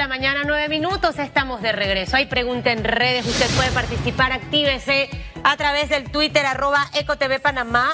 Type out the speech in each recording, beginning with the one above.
la mañana, 9 minutos, estamos de regreso. Hay pregunta en redes, usted puede participar, actívese a través del Twitter, @EcoTVPanamá,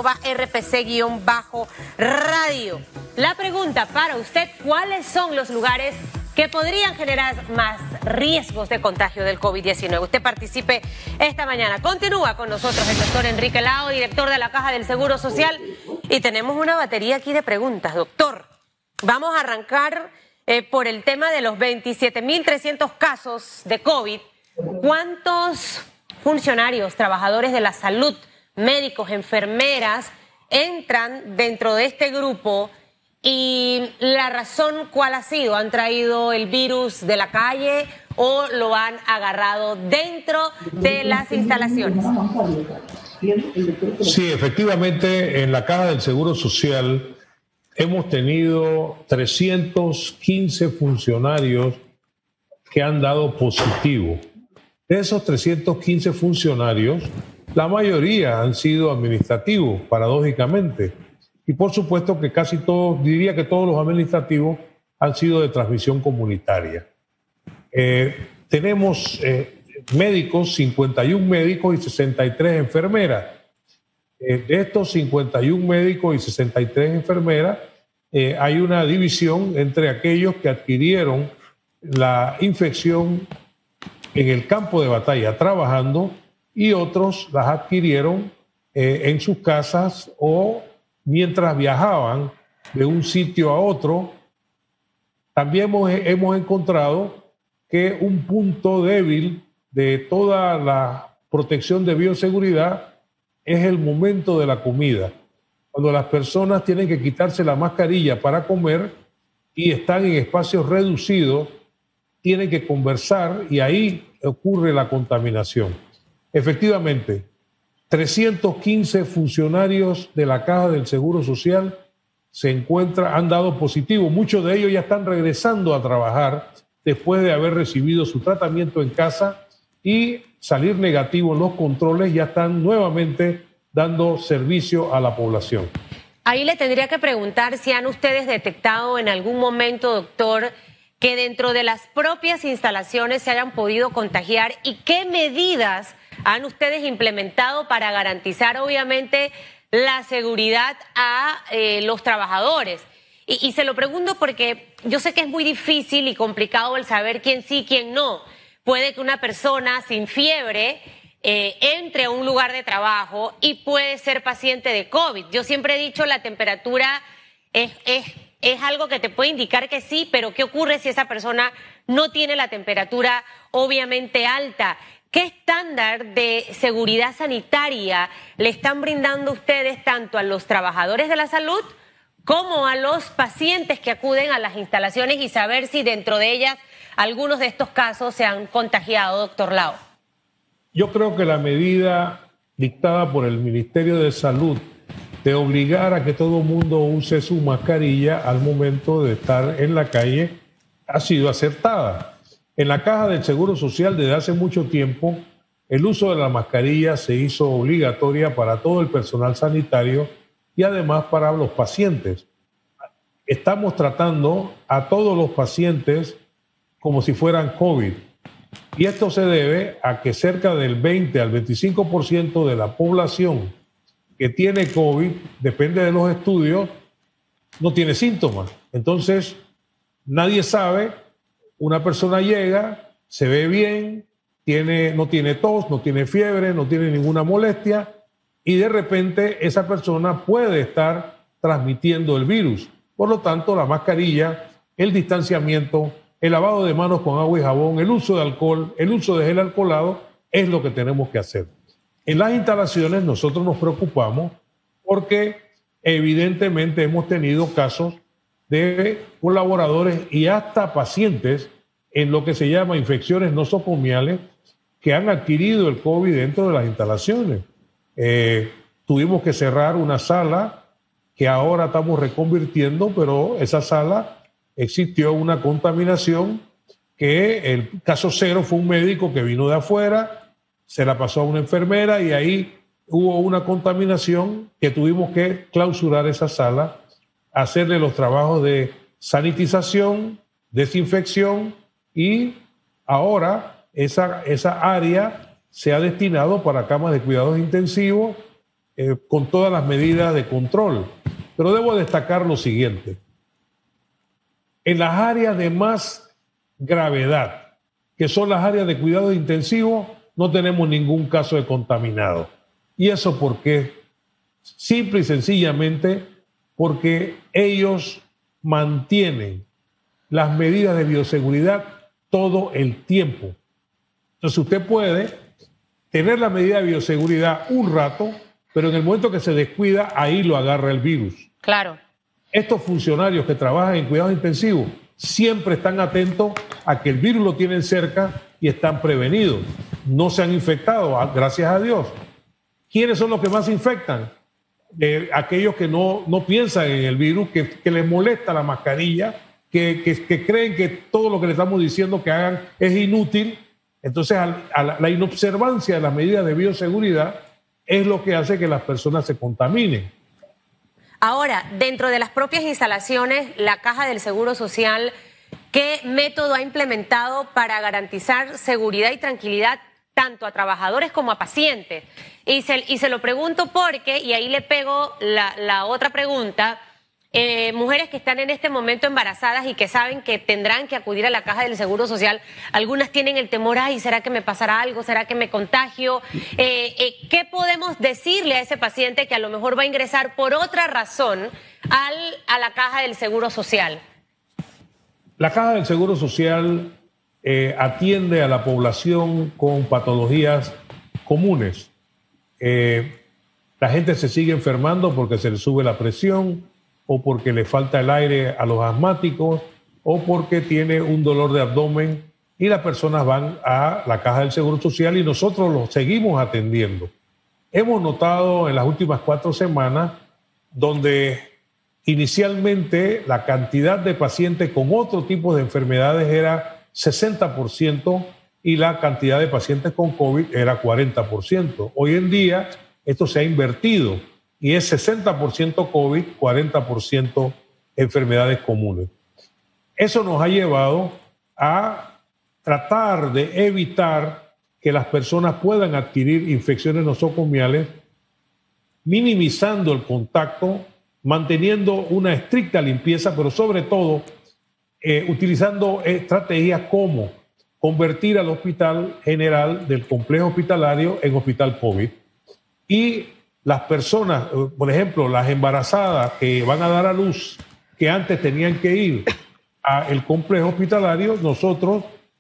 @RPC_radio. La pregunta para usted, ¿cuáles son los lugares que podrían generar más riesgos de contagio del COVID-19? Usted participe esta mañana. Continúa con nosotros el doctor Enrique Lao, director de la Caja del Seguro Social, y tenemos una batería aquí de preguntas, doctor. Vamos a arrancar por el tema de los 27.300 casos de COVID. ¿Cuántos funcionarios, trabajadores de la salud, médicos, enfermeras, entran dentro de este grupo? ¿Y la razón cuál ha sido? ¿Han traído el virus de la calle o lo han agarrado dentro de las instalaciones? Sí, efectivamente, en la Caja del Seguro Social hemos tenido 315 funcionarios que han dado positivo. De esos 315 funcionarios, la mayoría han sido administrativos, paradójicamente. Y por supuesto que casi todos, diría que todos los administrativos han sido de transmisión comunitaria. Tenemos médicos, 51 médicos y 63 enfermeras. De estos 51 médicos y 63 enfermeras, hay una división entre aquellos que adquirieron la infección en el campo de batalla trabajando y otros las adquirieron en sus casas o mientras viajaban de un sitio a otro. También hemos encontrado que un punto débil de toda la protección de bioseguridad es el momento de la comida, cuando las personas tienen que quitarse la mascarilla para comer y están en espacios reducidos, tienen que conversar y ahí ocurre la contaminación. Efectivamente, 315 funcionarios de la Caja del Seguro Social han dado positivo. Muchos de ellos ya están regresando a trabajar después de haber recibido su tratamiento en casa y salir negativo en los controles, ya están nuevamente dando servicio a la población. Ahí le tendría que preguntar si han ustedes detectado en algún momento, doctor, que dentro de las propias instalaciones se hayan podido contagiar y qué medidas han ustedes implementado para garantizar, obviamente, la seguridad a los trabajadores. Y se lo pregunto porque yo sé que es muy difícil y complicado el saber quién sí, quién no. Puede que una persona sin fiebre entre a un lugar de trabajo y puede ser paciente de COVID. Yo siempre he dicho la temperatura es algo que te puede indicar que sí, pero ¿qué ocurre si esa persona no tiene la temperatura obviamente alta? ¿Qué estándar de seguridad sanitaria le están brindando ustedes tanto a los trabajadores de la salud como a los pacientes que acuden a las instalaciones y saber si dentro de ellas algunos de estos casos se han contagiado, doctor Lao? Yo creo que la medida dictada por el Ministerio de Salud de obligar a que todo el mundo use su mascarilla al momento de estar en la calle ha sido acertada. En la Caja del Seguro Social desde hace mucho tiempo el uso de la mascarilla se hizo obligatoria para todo el personal sanitario y además para los pacientes. Estamos tratando a todos los pacientes como si fueran COVID. Y esto se debe a que cerca del 20 al 25% de la población que tiene COVID, depende de los estudios, no tiene síntomas. Entonces, nadie sabe, una persona llega, se ve bien, no tiene tos, no tiene fiebre, no tiene ninguna molestia, y de repente esa persona puede estar transmitiendo el virus. Por lo tanto, la mascarilla, el distanciamiento, el lavado de manos con agua y jabón, el uso de alcohol, el uso de gel alcoholado es lo que tenemos que hacer. En las instalaciones nosotros nos preocupamos porque evidentemente hemos tenido casos de colaboradores y hasta pacientes en lo que se llama infecciones nosocomiales que han adquirido el COVID dentro de las instalaciones. Tuvimos que cerrar una sala que ahora estamos reconvirtiendo, pero esa sala existió una contaminación que el caso cero fue un médico que vino de afuera, se la pasó a una enfermera y ahí hubo una contaminación que tuvimos que clausurar esa sala, hacerle los trabajos de sanitización, desinfección y ahora esa área se ha destinado para camas de cuidados intensivos con todas las medidas de control. Pero debo destacar lo siguiente. En las áreas de más gravedad, que son las áreas de cuidados intensivos, no tenemos ningún caso de contaminado. ¿Y eso por qué? Simple y sencillamente porque ellos mantienen las medidas de bioseguridad todo el tiempo. Entonces usted puede tener la medida de bioseguridad un rato, pero en el momento que se descuida, ahí lo agarra el virus. Claro. Estos funcionarios que trabajan en cuidados intensivos siempre están atentos a que el virus lo tienen cerca y están prevenidos. No se han infectado, gracias a Dios. ¿Quiénes son los que más se infectan? Aquellos que no piensan en el virus, que les molesta la mascarilla, que creen que todo lo que le estamos diciendo que hagan es inútil. Entonces, la inobservancia de las medidas de bioseguridad es lo que hace que las personas se contaminen. Ahora, dentro de las propias instalaciones, la Caja del Seguro Social, ¿qué método ha implementado para garantizar seguridad y tranquilidad tanto a trabajadores como a pacientes? Y se lo pregunto porque, y ahí le pego la otra pregunta, mujeres que están en este momento embarazadas y que saben que tendrán que acudir a la Caja del Seguro Social, algunas tienen el temor, ay, ¿será que me pasará algo? ¿Será que me contagio? ¿Qué podemos decirle a ese paciente que a lo mejor va a ingresar por otra razón a la Caja del Seguro Social? La Caja del Seguro Social atiende a la población con patologías comunes. La gente se sigue enfermando porque se le sube la presión, o porque le falta el aire a los asmáticos, o porque tiene un dolor de abdomen, y las personas van a la Caja del Seguro Social y nosotros los seguimos atendiendo. Hemos notado en las últimas 4 semanas, donde inicialmente la cantidad de pacientes con otro tipo de enfermedades era 60% y la cantidad de pacientes con COVID era 40%. Hoy en día esto se ha invertido y es 60% COVID, 40% enfermedades comunes. Eso nos ha llevado a tratar de evitar que las personas puedan adquirir infecciones nosocomiales, minimizando el contacto, manteniendo una estricta limpieza, pero sobre todo utilizando estrategias como convertir al Hospital General del Complejo Hospitalario en Hospital COVID. Y las personas, por ejemplo, las embarazadas que van a dar a luz, que antes tenían que ir al complejo hospitalario, nosotros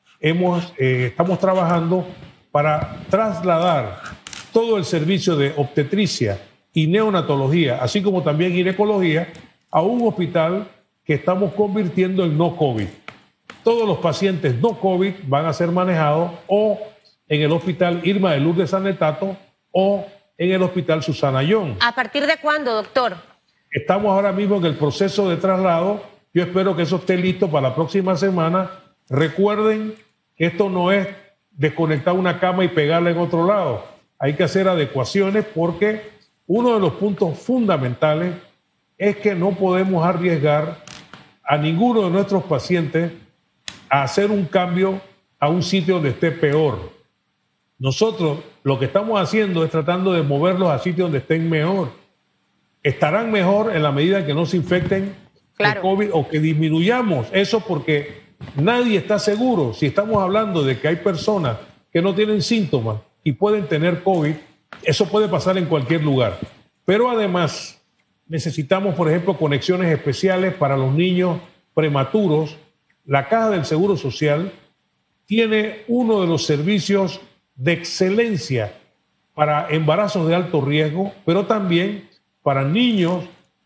estamos trabajando para trasladar todo el servicio de obstetricia y neonatología, así como también ginecología, a un hospital que estamos convirtiendo en no COVID. Todos los pacientes no COVID van a ser manejados o en el Hospital Irma de Lourdes Sanetato o en el Hospital Susana Young. ¿A partir de cuándo, doctor? Estamos ahora mismo en el proceso de traslado. Yo espero que eso esté listo para la próxima semana. Recuerden que esto no es desconectar una cama y pegarla en otro lado. Hay que hacer adecuaciones porque uno de los puntos fundamentales es que no podemos arriesgar a ninguno de nuestros pacientes a hacer un cambio a un sitio donde esté peor. Nosotros lo que estamos haciendo es tratando de moverlos a sitios donde estén mejor. Estarán mejor en la medida que no se infecten de COVID o que disminuyamos eso, porque nadie está seguro. Si estamos hablando de que hay personas que no tienen síntomas y pueden tener COVID, eso puede pasar en cualquier lugar. Pero además necesitamos, por ejemplo, conexiones especiales para los niños prematuros. La Caja del Seguro Social tiene uno de los servicios de excelencia para embarazos de alto riesgo, pero también para niños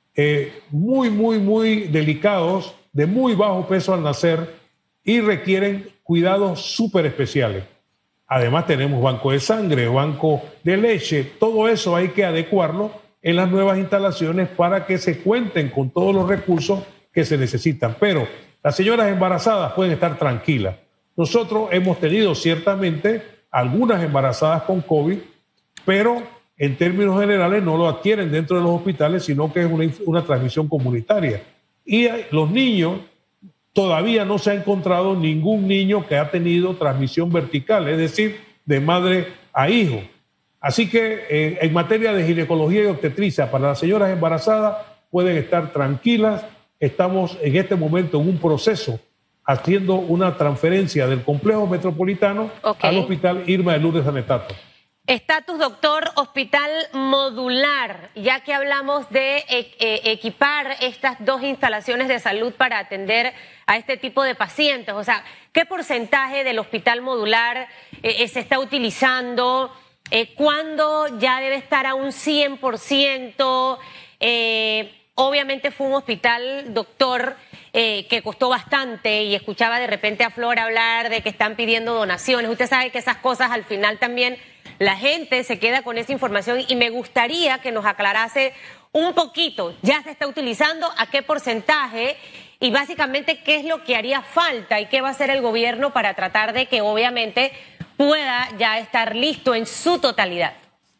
muy delicados, de muy bajo peso al nacer y requieren cuidados súper especiales. Además tenemos banco de sangre, banco de leche, todo eso hay que adecuarlo en las nuevas instalaciones para que se cuenten con todos los recursos que se necesitan. Pero las señoras embarazadas pueden estar tranquilas. Nosotros hemos tenido ciertamente algunas embarazadas con COVID, pero en términos generales no lo adquieren dentro de los hospitales, sino que es una transmisión comunitaria. Y los niños todavía no se ha encontrado ningún niño que ha tenido transmisión vertical, es decir, de madre a hijo. Así que en materia de ginecología y obstetricia, para las señoras embarazadas pueden estar tranquilas. Estamos en este momento en un proceso haciendo una transferencia del complejo metropolitano al Hospital Irma de Lourdes Sanetato. Estatus, doctor, hospital modular, ya que hablamos de equipar estas dos instalaciones de salud para atender a este tipo de pacientes. O sea, ¿qué porcentaje del hospital modular se está utilizando? ¿Cuándo ya debe estar a un 100%? Obviamente fue un hospital, doctor, que costó bastante, y escuchaba de repente a Flor hablar de que están pidiendo donaciones. Usted sabe que esas cosas al final también la gente se queda con esa información, y me gustaría que nos aclarase un poquito. ¿Ya se está utilizando? ¿A qué porcentaje? Y básicamente, ¿qué es lo que haría falta y qué va a hacer el gobierno para tratar de que obviamente pueda ya estar listo en su totalidad?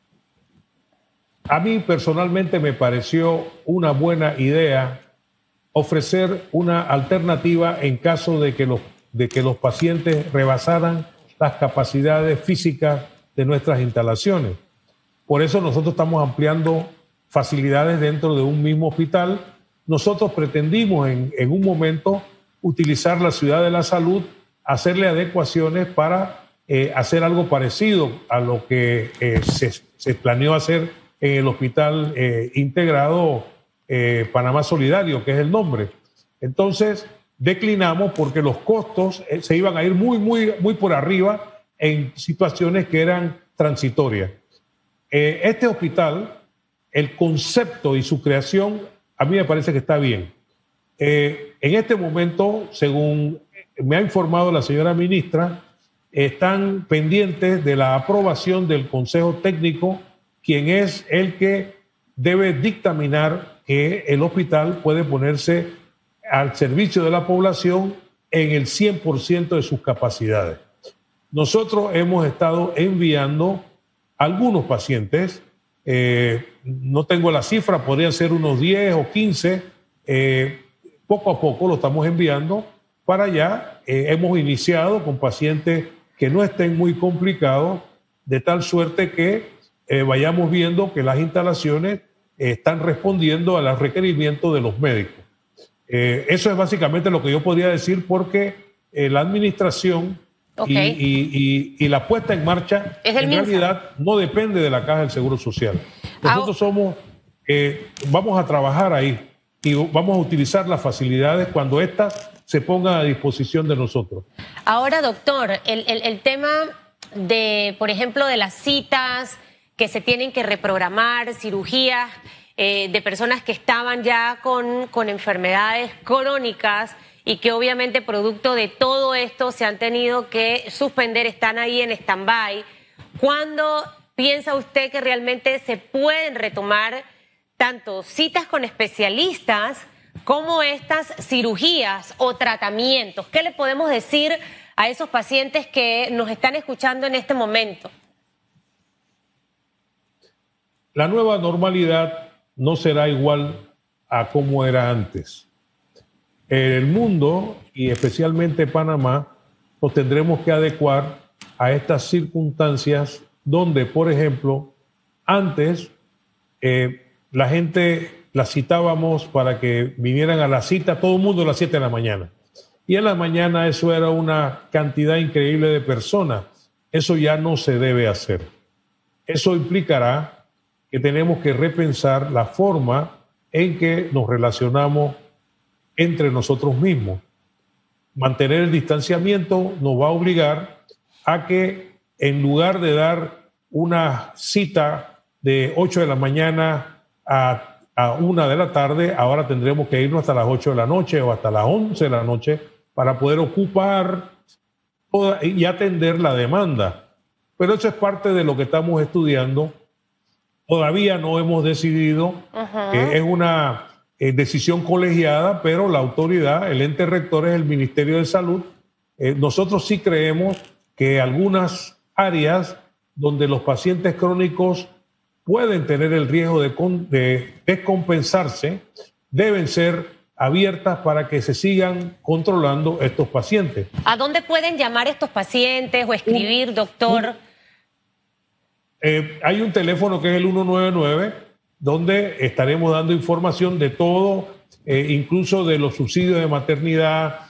A mí personalmente me pareció una buena idea ofrecer una alternativa en caso de que los pacientes rebasaran las capacidades físicas de nuestras instalaciones. Por eso nosotros estamos ampliando facilidades dentro de un mismo hospital. Nosotros pretendimos en un momento utilizar la Ciudad de la Salud, hacerle adecuaciones para hacer algo parecido a lo que se planeó hacer en el Hospital Integrado Panamá Solidario, que es el nombre. Entonces declinamos porque los costos se iban a ir muy por arriba en situaciones que eran transitorias. Este hospital, el concepto y su creación, a mí me parece que está bien. En este momento, según me ha informado la señora ministra, están pendientes de la aprobación del Consejo Técnico, quien es el que debe dictaminar que el hospital puede ponerse al servicio de la población en el 100% de sus capacidades. Nosotros hemos estado enviando algunos pacientes, no tengo la cifra, podrían ser unos 10 o 15, poco a poco lo estamos enviando para allá. Hemos iniciado con pacientes que no estén muy complicados, de tal suerte que vayamos viendo que las instalaciones están respondiendo a los requerimientos de los médicos. Eso es básicamente lo que yo podría decir, porque la administración y la puesta en marcha en realidad no depende de la Caja del Seguro Social. Nosotros vamos a trabajar ahí y vamos a utilizar las facilidades cuando éstas se pongan a disposición de nosotros. Ahora, doctor, el tema de, por ejemplo, de las citas que se tienen que reprogramar, cirugías de personas que estaban ya con enfermedades crónicas y que obviamente producto de todo esto se han tenido que suspender, están ahí en stand-by. ¿Cuándo piensa usted que realmente se pueden retomar tanto citas con especialistas como estas cirugías o tratamientos? ¿Qué le podemos decir a esos pacientes que nos están escuchando en este momento? La nueva normalidad no será igual a como era antes. El mundo, y especialmente Panamá, nos tendremos que adecuar a estas circunstancias donde, por ejemplo, antes la gente la citábamos para que vinieran a la cita, todo el mundo a las 7 de la mañana. Y en la mañana eso era una cantidad increíble de personas. Eso ya no se debe hacer. Eso implicará que tenemos que repensar la forma en que nos relacionamos entre nosotros mismos. Mantener el distanciamiento nos va a obligar a que, en lugar de dar una cita de 8 de la mañana a 1 de la tarde, ahora tendremos que irnos hasta las 8 de la noche o hasta las 11 de la noche para poder ocupar y atender la demanda. Pero eso es parte de lo que estamos estudiando. Todavía no hemos decidido, es una decisión colegiada, pero la autoridad, el ente rector es el Ministerio de Salud. Nosotros sí creemos que algunas áreas donde los pacientes crónicos pueden tener el riesgo de descompensarse deben ser abiertas para que se sigan controlando estos pacientes. ¿A dónde pueden llamar estos pacientes o escribir, doctor? Hay un teléfono que es el 199, donde estaremos dando información de todo, incluso de los subsidios de maternidad,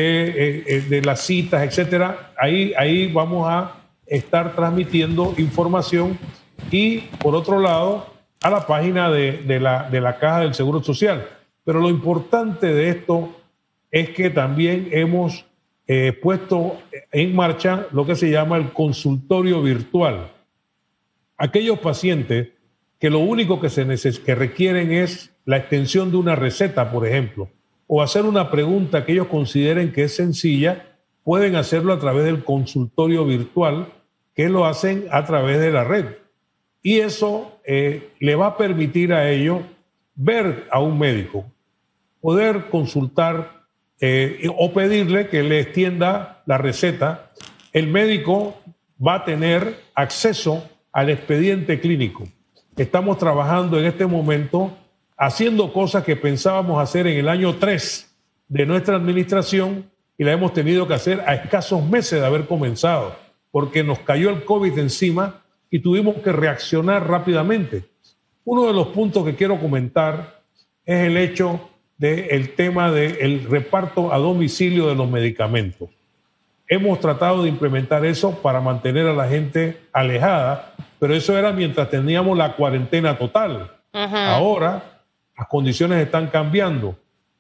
de las citas, etcétera. Ahí vamos a estar transmitiendo información, y por otro lado a la página de la Caja del Seguro Social. Pero lo importante de esto es que también hemos puesto en marcha lo que se llama el consultorio virtual. Aquellos pacientes que lo único que requieren es la extensión de una receta, por ejemplo, o hacer una pregunta que ellos consideren que es sencilla, pueden hacerlo a través del consultorio virtual, que lo hacen a través de la red. Y eso le va a permitir a ellos ver a un médico, poder consultar o pedirle que le extienda la receta. El médico va a tener acceso al expediente clínico. Estamos trabajando en este momento haciendo cosas que pensábamos hacer en el año 3 de nuestra administración, y la hemos tenido que hacer a escasos meses de haber comenzado, porque nos cayó el COVID encima y tuvimos que reaccionar rápidamente. Uno de los puntos que quiero comentar es el hecho del tema del reparto a domicilio de los medicamentos. Hemos tratado de implementar eso para mantener a la gente alejada, pero eso era mientras teníamos la cuarentena total. Ahora las condiciones están cambiando.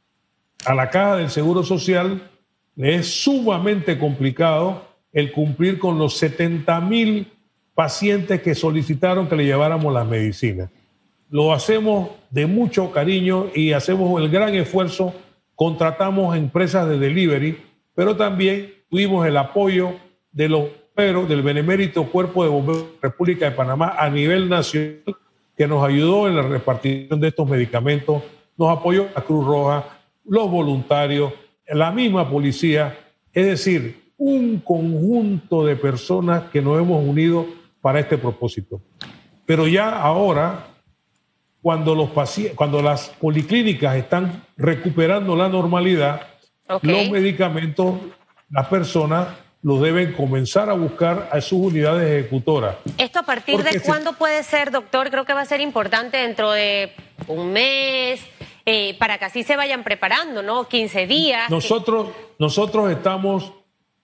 A la Caja del Seguro Social le es sumamente complicado el cumplir con los 70,000 pacientes que solicitaron que le lleváramos las medicinas. Lo hacemos de mucho cariño y hacemos el gran esfuerzo. Contratamos empresas de delivery, pero también tuvimos el apoyo de los bomberos, del Benemérito Cuerpo de Bomberos de la República de Panamá a nivel nacional, que nos ayudó en la repartición de estos medicamentos. Nos apoyó la Cruz Roja, los voluntarios, la misma policía, es decir, un conjunto de personas que nos hemos unido para este propósito. Pero ya ahora, cuando las policlínicas están recuperando la normalidad, los medicamentos, las personas los deben comenzar a buscar a sus unidades ejecutoras. ¿Esto a partir de cuándo puede ser, doctor? Creo que va a ser importante dentro de un mes, para que así se vayan preparando, ¿no? 15 días. Nosotros estamos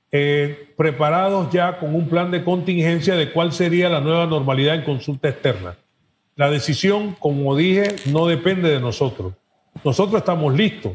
preparados ya con un plan de contingencia de cuál sería la nueva normalidad en consulta externa. La decisión, como dije, no depende de nosotros. Nosotros estamos listos.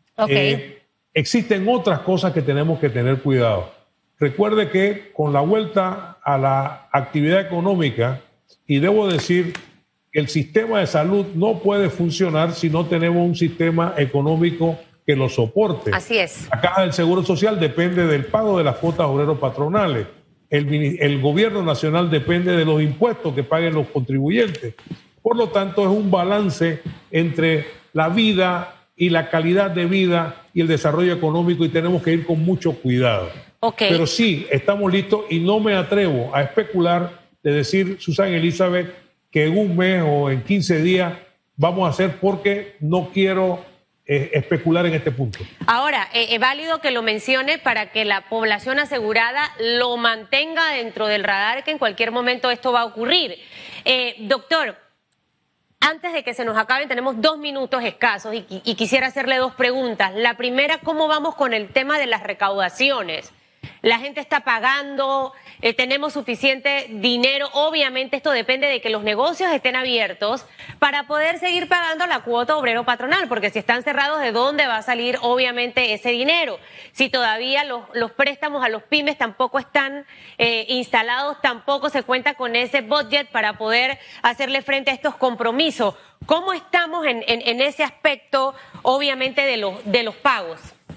Existen otras cosas que tenemos que tener cuidado. Recuerde que con la vuelta a la actividad económica, y debo decir que el sistema de salud no puede funcionar si no tenemos un sistema económico que lo soporte. Así es. La Caja del Seguro Social depende del pago de las cuotas obreros patronales. El gobierno nacional depende de los impuestos que paguen los contribuyentes. Por lo tanto, es un balance entre la vida y la calidad de vida y el desarrollo económico, y tenemos que ir con mucho cuidado. Pero sí, estamos listos, y no me atrevo a especular de decir, Susana Elizabeth, que en un mes o en 15 días vamos a hacer, porque no quiero especular en este punto. Ahora, es válido que lo mencione para que la población asegurada lo mantenga dentro del radar, que en cualquier momento esto va a ocurrir. Doctor, antes de que se nos acaben, tenemos 2 minutos escasos y quisiera hacerle 2 preguntas. La primera, ¿cómo vamos con el tema de las recaudaciones? La gente está pagando, tenemos suficiente dinero. Obviamente esto depende de que los negocios estén abiertos para poder seguir pagando la cuota obrero patronal, porque si están cerrados, ¿de dónde va a salir obviamente ese dinero? Si todavía los préstamos a los pymes tampoco están instalados, tampoco se cuenta con ese budget para poder hacerle frente a estos compromisos. ¿Cómo estamos en ese aspecto, obviamente, de los pagos?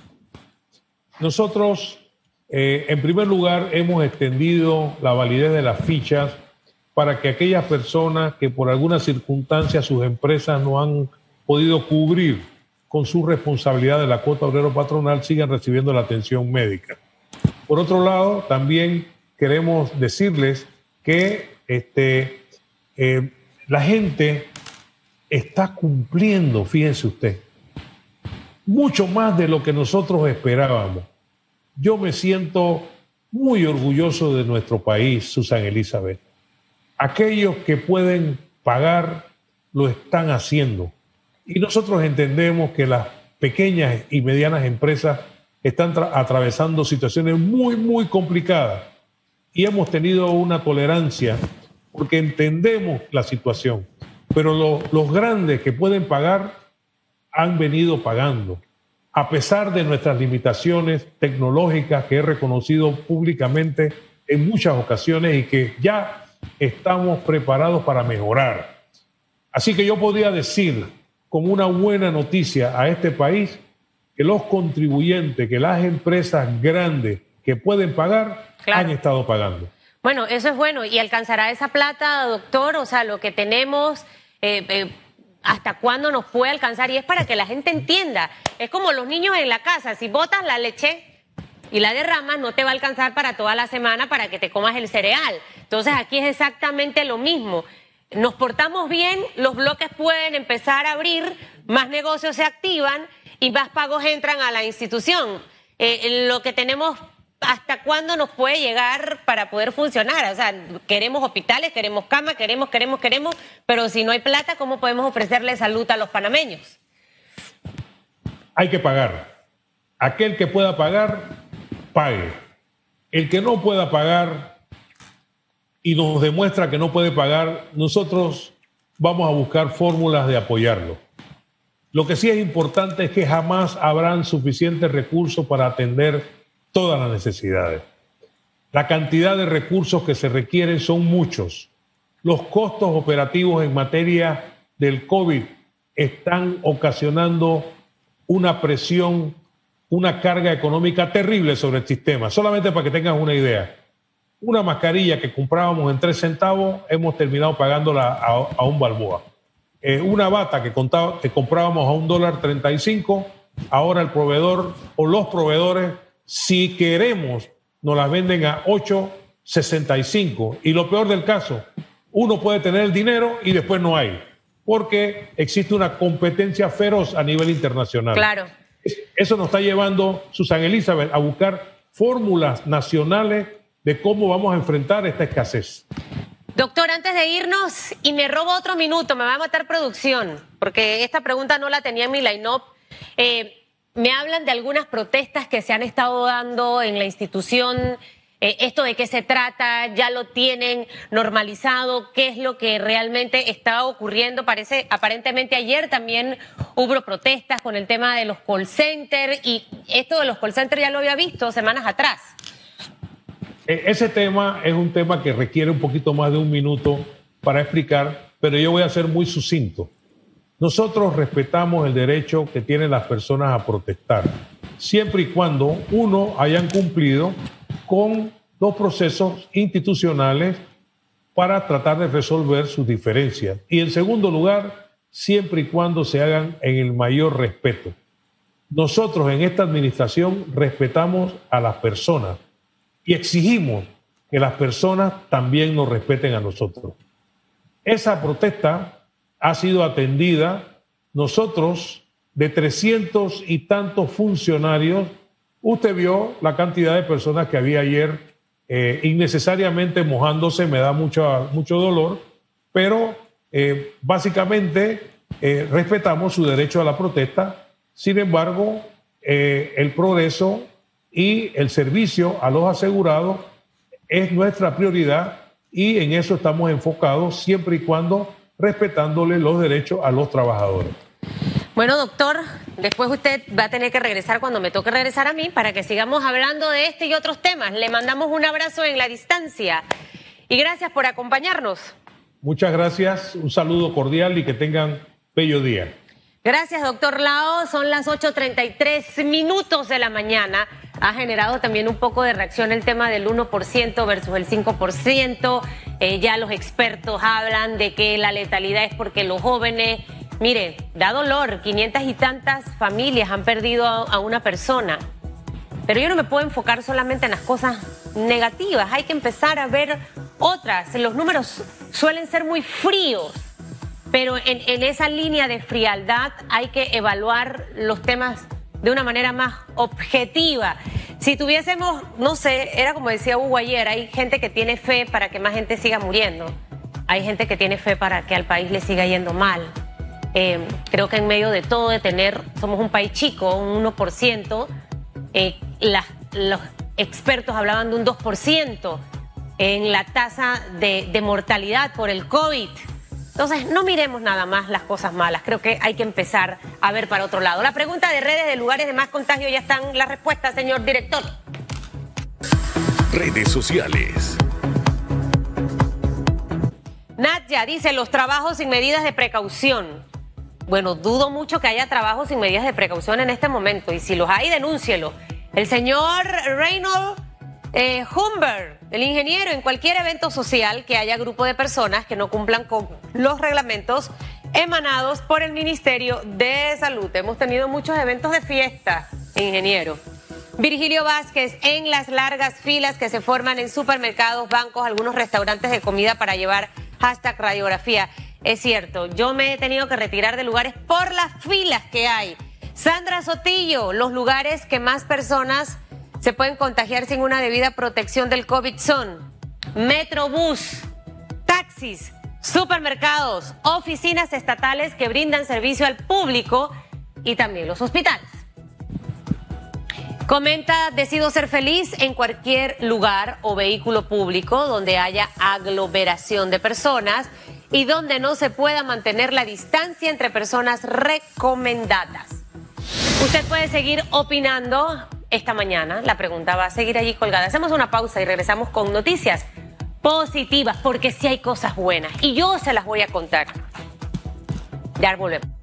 Nosotros, en primer lugar, hemos extendido la validez de las fichas para que aquellas personas que por alguna circunstancia sus empresas no han podido cubrir con su responsabilidad de la cuota obrero patronal sigan recibiendo la atención médica. Por otro lado, también queremos decirles que la gente está cumpliendo, fíjense usted. mucho más de lo que nosotros esperábamos. Yo me siento muy orgulloso de nuestro país, Susan Elizabeth. Aquellos que pueden pagar lo están haciendo. Y nosotros entendemos que las pequeñas y medianas empresas están atravesando situaciones muy, muy complicadas. Y hemos tenido una tolerancia porque entendemos la situación. Pero los grandes que pueden pagar han venido pagando. A pesar de nuestras limitaciones tecnológicas que he reconocido públicamente en muchas ocasiones y que ya estamos preparados para mejorar. Así que yo podría decir como una buena noticia a este país que los contribuyentes, que las empresas grandes que pueden pagar, han estado pagando. Bueno, eso es bueno. ¿Y alcanzará esa plata, doctor? O sea, lo que tenemos, ¿hasta cuándo nos puede alcanzar? Y es para que la gente entienda. Es como los niños en la casa. Si botas la leche y la derramas, no te va a alcanzar para toda la semana para que te comas el cereal. Entonces, aquí es exactamente lo mismo. Nos portamos bien, los bloques pueden empezar a abrir, más negocios se activan y más pagos entran a la institución. Lo que tenemos, ¿hasta cuándo nos puede llegar para poder funcionar? O sea, queremos hospitales, queremos camas, queremos, pero si no hay plata, ¿cómo podemos ofrecerle salud a los panameños? Hay que pagar. Aquel que pueda pagar, pague. El que no pueda pagar y nos demuestra que no puede pagar, nosotros vamos a buscar fórmulas de apoyarlo. Lo que sí es importante es que jamás habrán suficientes recursos para atender todas las necesidades. La cantidad de recursos que se requieren son muchos. Los costos operativos en materia del COVID están ocasionando una presión, una carga económica terrible sobre el sistema. Solamente para que tengas una idea. Una mascarilla que comprábamos en 3 centavos, hemos terminado pagándola a un balboa. Una bata que comprábamos a $1.35, ahora el proveedor o los proveedores, si queremos, nos las venden a $8.65. Y lo peor del caso, uno puede tener el dinero y después no hay, porque existe una competencia feroz a nivel internacional. Claro. Eso nos está llevando, Susan Elizabeth, a buscar fórmulas nacionales de cómo vamos a enfrentar esta escasez. Doctor, antes de irnos, y me robo otro minuto, me va a matar producción, porque esta pregunta no la tenía en mi line-up. Me hablan de algunas protestas que se han estado dando en la institución. ¿Esto de qué se trata? ¿Ya lo tienen normalizado? ¿Qué es lo que realmente está ocurriendo? Aparentemente ayer también hubo protestas con el tema de los call centers, y esto de los call centers ya lo había visto semanas atrás. Ese tema es un tema que requiere un poquito más de un minuto para explicar, pero yo voy a ser muy sucinto. Nosotros respetamos el derecho que tienen las personas a protestar, siempre y cuando, uno, hayan cumplido con los procesos institucionales para tratar de resolver sus diferencias. Y en segundo lugar, siempre y cuando se hagan en el mayor respeto. Nosotros en esta administración respetamos a las personas y exigimos que las personas también nos respeten a nosotros. Esa protesta ha sido atendida. Nosotros, de 300 y tantos funcionarios, usted vio la cantidad de personas que había ayer innecesariamente mojándose, me da mucho dolor, pero básicamente respetamos su derecho a la protesta. Sin embargo, el progreso y el servicio a los asegurados es nuestra prioridad y en eso estamos enfocados siempre y cuando respetándole los derechos a los trabajadores. Bueno, doctor, después usted va a tener que regresar cuando me toque regresar a mí para que sigamos hablando de este y otros temas. Le mandamos un abrazo en la distancia y gracias por acompañarnos. Muchas gracias, un saludo cordial y que tengan bello día. Gracias, doctor Lao. Son las 8:33 de la mañana. Ha generado también un poco de reacción el tema del 1% versus el 5%. Ya los expertos hablan de que la letalidad es porque los jóvenes... Mire, da dolor, 500 y tantas familias han perdido a una persona. Pero yo no me puedo enfocar solamente en las cosas negativas. Hay que empezar a ver otras. Los números suelen ser muy fríos. Pero en esa línea de frialdad hay que evaluar los temas de una manera más objetiva. Si tuviésemos, no sé, era como decía Hugo ayer, hay gente que tiene fe para que más gente siga muriendo. Hay gente que tiene fe para que al país le siga yendo mal. Creo que en medio de todo, somos un país chico, un 1%, los expertos hablaban de un 2% en la tasa de mortalidad por el COVID. Entonces, no miremos nada más las cosas malas. Creo que hay que empezar a ver para otro lado. La pregunta de redes de lugares de más contagio, ya están las respuestas, señor director. Redes sociales. Nadia dice, los trabajos sin medidas de precaución. Bueno, dudo mucho que haya trabajos sin medidas de precaución en este momento. Y si los hay, denúncielo. El señor Reynold Humbert, el ingeniero, en cualquier evento social que haya grupo de personas que no cumplan con los reglamentos emanados por el Ministerio de Salud. Hemos tenido muchos eventos de fiesta, ingeniero. Virgilio Vázquez, en las largas filas que se forman en supermercados, bancos, algunos restaurantes de comida para llevar #radiografía. Es cierto, yo me he tenido que retirar de lugares por las filas que hay. Sandra Sotillo, los lugares que más personas se pueden contagiar sin una debida protección del COVID son Metrobús, taxis, supermercados, oficinas estatales que brindan servicio al público y también los hospitales. Comenta, decido ser feliz en cualquier lugar o vehículo público donde haya aglomeración de personas y donde no se pueda mantener la distancia entre personas recomendadas. Usted puede seguir opinando esta mañana. La pregunta va a seguir allí colgada. Hacemos una pausa y regresamos con noticias positivas, porque sí hay cosas buenas y yo se las voy a contar. Ya volvemos.